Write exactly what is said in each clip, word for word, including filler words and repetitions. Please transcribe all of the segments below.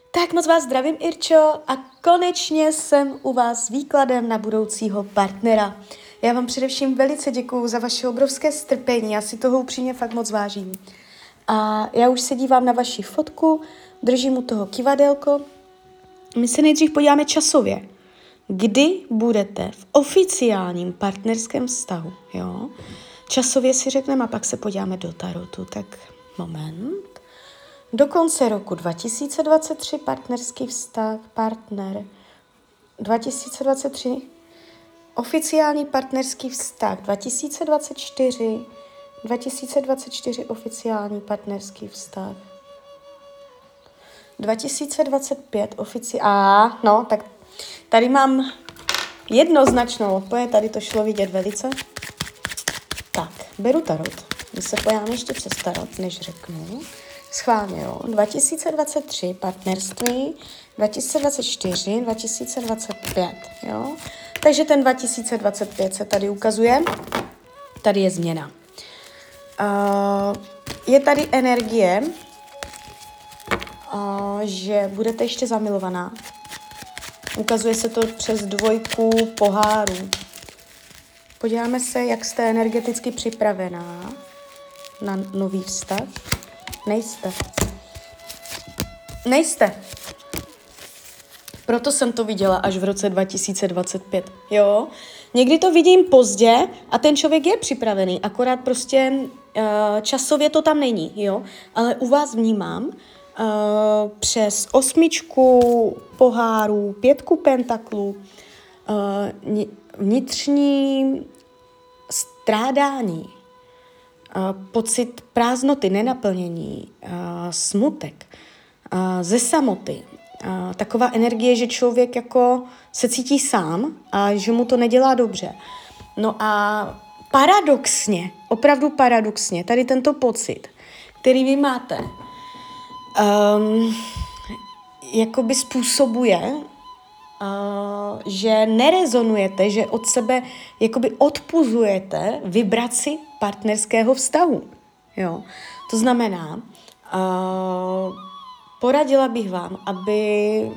Tak moc vás zdravím, Irčo, a konečně jsem u vás s výkladem na budoucího partnera. Já vám především velice děkuju za vaše obrovské strpení, já si toho upřímně fakt moc vážím. A já už se dívám na vaši fotku, držím u toho kivadelko. My se nejdřív podíváme časově. Kdy budete v oficiálním partnerském vztahu, jo? Časově si řekneme a pak se podíváme do tarotu, tak moment. Do konce roku dva tisíce dvacet tři partnerský vztah, partner. dva tisíce dvacet tři oficiální partnerský vztah. dva tisíce dvacet čtyři dva tisíce dvacet čtyři oficiální partnerský vztah. dva tisíce dvacet pět oficiální. No, tak tady mám jednoznačnou odpověď, tady to šlo vidět velice. Tak, beru tarot. My se pojáme ještě přes tarot, než řeknu. Schválně, jo. dva tisíce dvacet tři partnerství, dva tisíce dvacet čtyři, dva tisíce dvacet pět, jo. Takže ten dva tisíce dvacet pět se tady ukazuje. Tady je změna. Uh, je tady energie, uh, že budete ještě zamilovaná. Ukazuje se to přes dvojku pohárů. Podíváme se, jak jste energeticky připravená na nový vztah. Nejste. Nejste. Proto jsem to viděla až v roce dva tisíce dvacet pět. Jo? Někdy to vidím pozdě a ten člověk je připravený, akorát prostě uh, časově to tam není, jo? Ale u vás vnímám uh, přes osmičku pohárů, pětku pentaklů, uh, vnitřní strádání, Uh, pocit prázdnoty, nenaplnění, uh, smutek, uh, ze samoty. Uh, taková energie, že člověk jako se cítí sám a že mu to nedělá dobře. No a paradoxně, opravdu paradoxně, tady tento pocit, který vy máte, um, jakoby způsobuje, Uh, že nerezonujete, že od sebe jakoby odpuzujete vibraci partnerského vztahu. Jo? To znamená, uh, poradila bych vám, aby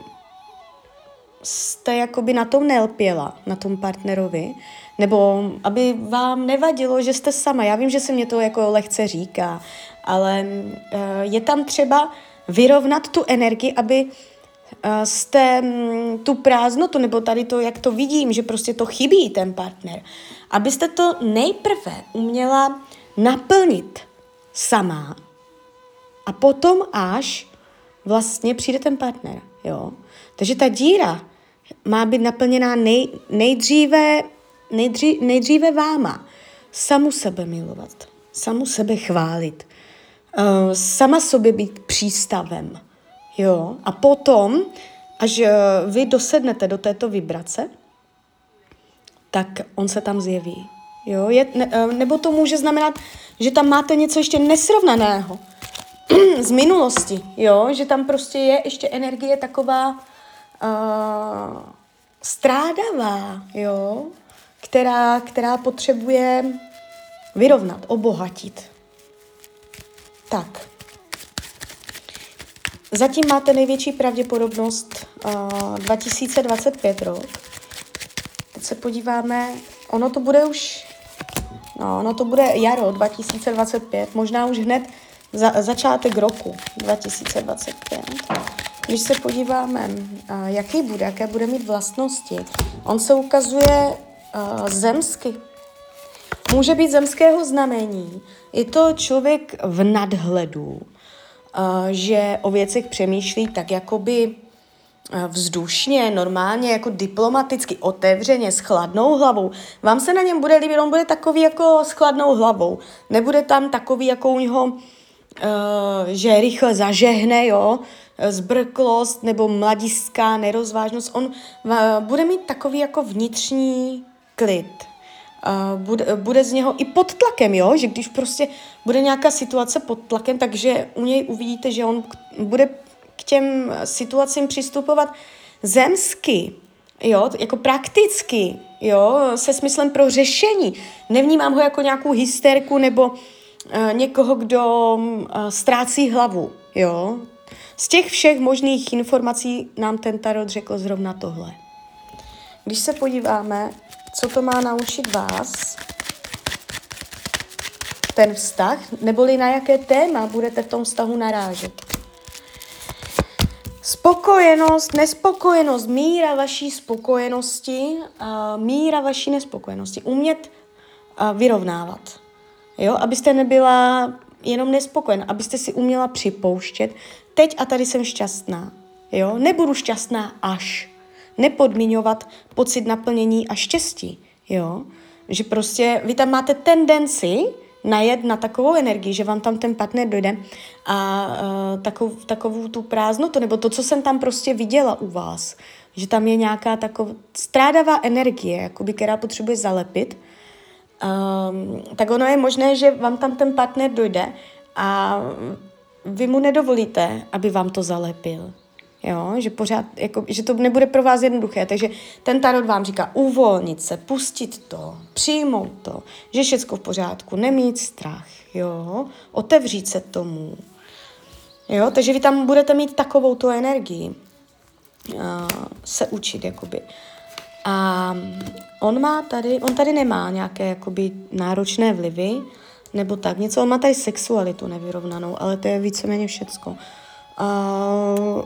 jste jakoby na tom nelpěla, na tom partnerovi, nebo aby vám nevadilo, že jste sama. Já vím, že se mě to jako lehce říká, ale uh, je tam třeba vyrovnat tu energii, aby jste tu prázdnotu, nebo tady to, jak to vidím, že prostě to chybí ten partner, abyste to nejprve uměla naplnit sama a potom až vlastně přijde ten partner, jo. Takže ta díra má být naplněná nej, nejdříve, nejdří, nejdříve váma. Samu sebe milovat, samu sebe chválit, uh, sama sobě být přístavem. Jo, a potom, až vy dosednete do této vibrace, tak on se tam zjeví. Jo, je, ne, nebo to může znamenat, že tam máte něco ještě nesrovnaného z minulosti, jo, že tam prostě je ještě energie taková uh, strádavá, jo, která, která potřebuje vyrovnat, obohatit. Tak. Zatím máte největší pravděpodobnost uh, dva tisíce dvacet pět rok. Teď se podíváme, ono to bude už, no, ono to bude jaro dva tisíce dvacet pět, možná už hned za, začátek roku dva tisíce dvacet pět. Když se podíváme, uh, jaký bude, jaké bude mít vlastnosti, on se ukazuje uh, zemsky. Může být zemského znamení. Je to člověk v nadhledu, Uh, že o věcech přemýšlí tak jakoby uh, vzdušně, normálně, jako diplomaticky, otevřeně, s chladnou hlavou. Vám se na něm bude líbit, on bude takový jako s chladnou hlavou. Nebude tam takový jako u něho, uh, že rychle zažehne, jo, zbrklost nebo mladiská nerozvážnost. On uh, bude mít takový jako vnitřní klid. Uh, bude, bude z něho i pod tlakem, jo? Že když prostě bude nějaká situace pod tlakem, takže u něj uvidíte, že on k, bude k těm situacím přistupovat zemsky, jo? Jako prakticky, jo? Se smyslem pro řešení. Nevnímám ho jako nějakou hysterku nebo uh, někoho, kdo uh, ztrácí hlavu, jo? z těch všech možných informací nám ten tarot řekl zrovna tohle. Když se podíváme, co to má naučit vás, ten vztah, neboli na jaké téma budete v tom vztahu narážet. Spokojenost, nespokojenost, míra vaší spokojenosti, a míra vaší nespokojenosti. Umět a vyrovnávat. Jo? Abyste nebyla jenom nespokojená, abyste si uměla připouštět, teď a tady jsem šťastná. Jo? Nebudu šťastná až. Nepodmiňovat pocit naplnění a štěstí. Jo? Že prostě vy tam máte tendenci najet na takovou energii, že vám tam ten partner dojde a uh, takovou, takovou tu prázdnotu, nebo to, co jsem tam prostě viděla u vás, že tam je nějaká taková strádavá energie, jakoby, která potřebuje zalepit, um, tak ono je možné, že vám tam ten partner dojde a vy mu nedovolíte, aby vám to zalepil. Jo, že pořád, jako, že to nebude pro vás jednoduché, takže ten tarot vám říká uvolnit se, pustit to, přijmout to, že všecko v pořádku, nemít strach, jo, otevřít se tomu, jo, takže vy tam budete mít takovou tu energii uh, se učit, jakoby. A on má tady, on tady nemá nějaké, jakoby, náročné vlivy, nebo tak něco, on má tady sexualitu nevyrovnanou, ale to je víceméně všecko. Uh,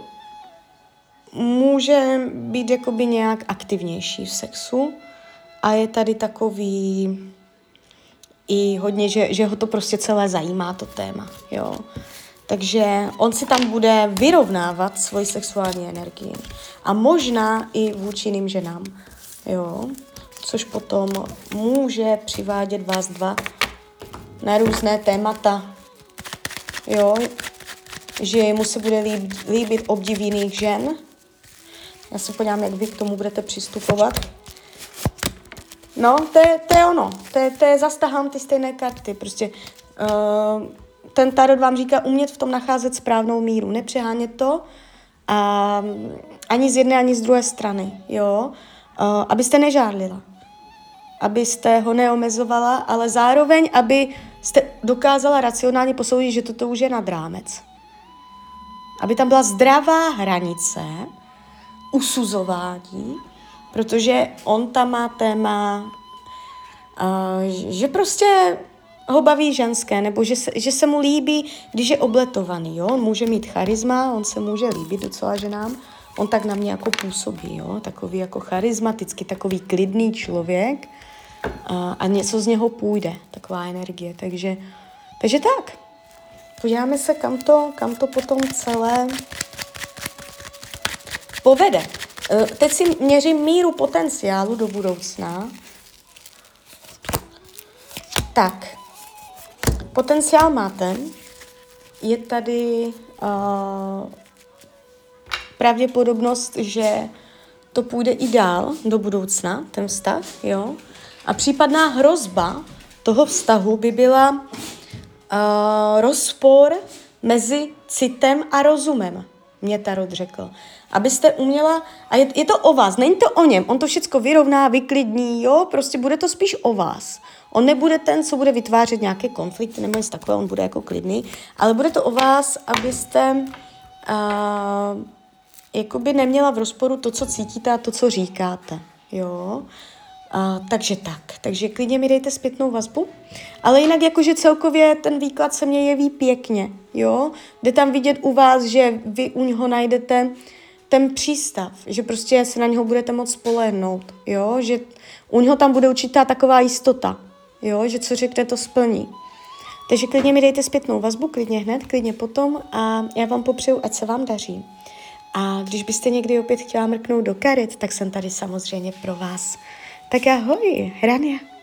Může být jakoby nějak aktivnější v sexu a je tady takový i hodně, že, že ho to prostě celé zajímá, to téma, jo. Takže on si tam bude vyrovnávat svoji sexuální energii a možná i vůči jiným ženám, jo. Což potom může přivádět vás dva na různé témata, jo. Že mu se bude líbit, líbit obdiv jiných žen. Já se podívám, jak vy k tomu budete přistupovat. No, to je, to je ono. To je, to je zastahám ty stejné karty. Prostě uh, ten tarot vám říká umět v tom nacházet správnou míru. Nepřehánět to a ani z jedné, ani z druhé strany. Jo? Uh, abyste nežárlila. Abyste ho neomezovala, ale zároveň, aby jste dokázala racionálně posoudit, že toto už je nad rámec. Aby tam byla zdravá hranice usuzování, protože on tam má téma, uh, že prostě ho baví ženské, nebo že se, že se mu líbí, když je obletovaný, jo? On může mít charisma, on se může líbit docela ženám, on tak na mě jako působí, jo? Takový jako charismatický, takový klidný člověk uh, a něco z něho půjde, taková energie, takže, takže tak. Podíváme se, kam to, kam to potom celé povede. Teď si měřím míru potenciálu do budoucna. Tak, potenciál máte. Je tady uh, pravděpodobnost, že to půjde i dál do budoucna, ten vztah, jo. A případná hrozba toho vztahu by byla uh, rozpor mezi citem a rozumem, mě tarot řekl. Abyste uměla, a je, je to o vás, není to o něm, on to všecko vyrovná, vyklidní, jo, prostě bude to spíš o vás. On nebude ten, co bude vytvářet nějaké konflikty nebo něco takové, on bude jako klidný, ale bude to o vás, abyste uh, jakoby neměla v rozporu to, co cítíte a to, co říkáte, jo. Uh, takže tak, takže klidně mi dejte zpětnou vazbu, ale jinak jakože celkově ten výklad se mně jeví pěkně, jo, jde tam vidět u vás, že vy u něho najdete ten přístav, že prostě se na něho budete moct spolehnout, jo, že u něho tam bude určitá taková jistota, jo, že co řekne, to splní. Takže klidně mi dejte zpětnou vazbu, klidně hned, klidně potom a já vám popřeju, ať se vám daří. A když byste někdy opět chtěla mrknout do karet, tak jsem tady samozřejmě pro vás. Tak ahoj, Rania.